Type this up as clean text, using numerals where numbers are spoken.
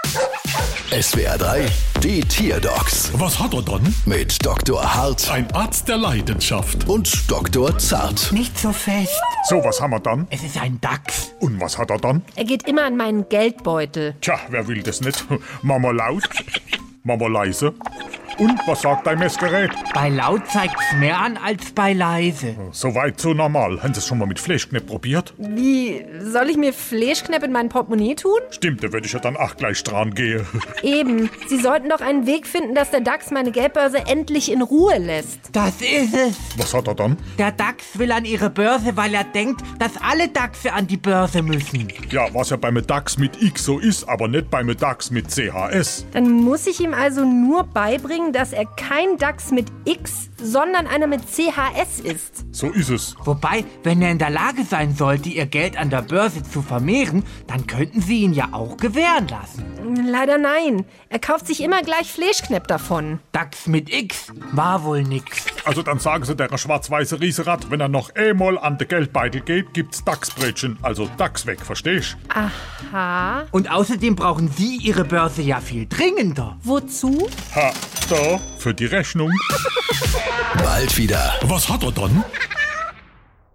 SWR 3, die Tierdocs Was hat er dann? mit Dr. Hart Ein Arzt der Leidenschaft. und Dr. Zart. Nicht so fest. So, was haben wir dann? Es ist ein Dachs. Und was hat er dann? Er geht immer an meinen Geldbeutel. Tja, wer will das nicht? Mama laut, Mama leise. Und was sagt dein Messgerät? Bei laut zeigt's mehr an als bei leise. Soweit so normal. Haben Sie es schon mal mit Fleischknepp probiert? Wie, soll ich mir Fleischknepp in mein Portemonnaie tun? Stimmt, da würde ich ja dann auch gleich dran gehen. Eben. Sie sollten doch einen Weg finden, dass der DAX meine Geldbörse endlich in Ruhe lässt. Das ist es. Was hat er dann? Der Dachs will an ihre Börse, weil er denkt, dass alle Dachse an die Börse müssen. Ja, was ja beim DAX mit X so ist, aber nicht beim DAX mit CHS. Dann muss ich ihm also nur beibringen, dass er kein DAX mit X, sondern einer mit CHS ist. So ist es. Wobei, wenn er in der Lage sein sollte, ihr Geld an der Börse zu vermehren, dann könnten sie ihn ja auch gewähren lassen. Leider nein. Er kauft sich immer gleich Fleischknepp davon. Dachs mit X war wohl nix. Also dann sagen Sie der schwarz-weiße Riesenrad, wenn er noch einmal an den Geldbeutel geht, gibt's Dachsbrötchen, also Dachs weg, verstehst? Aha. Und außerdem brauchen sie ihre Börse ja viel dringender. Wozu? Ha, da, für die Rechnung. Bald wieder. Was hat er dann?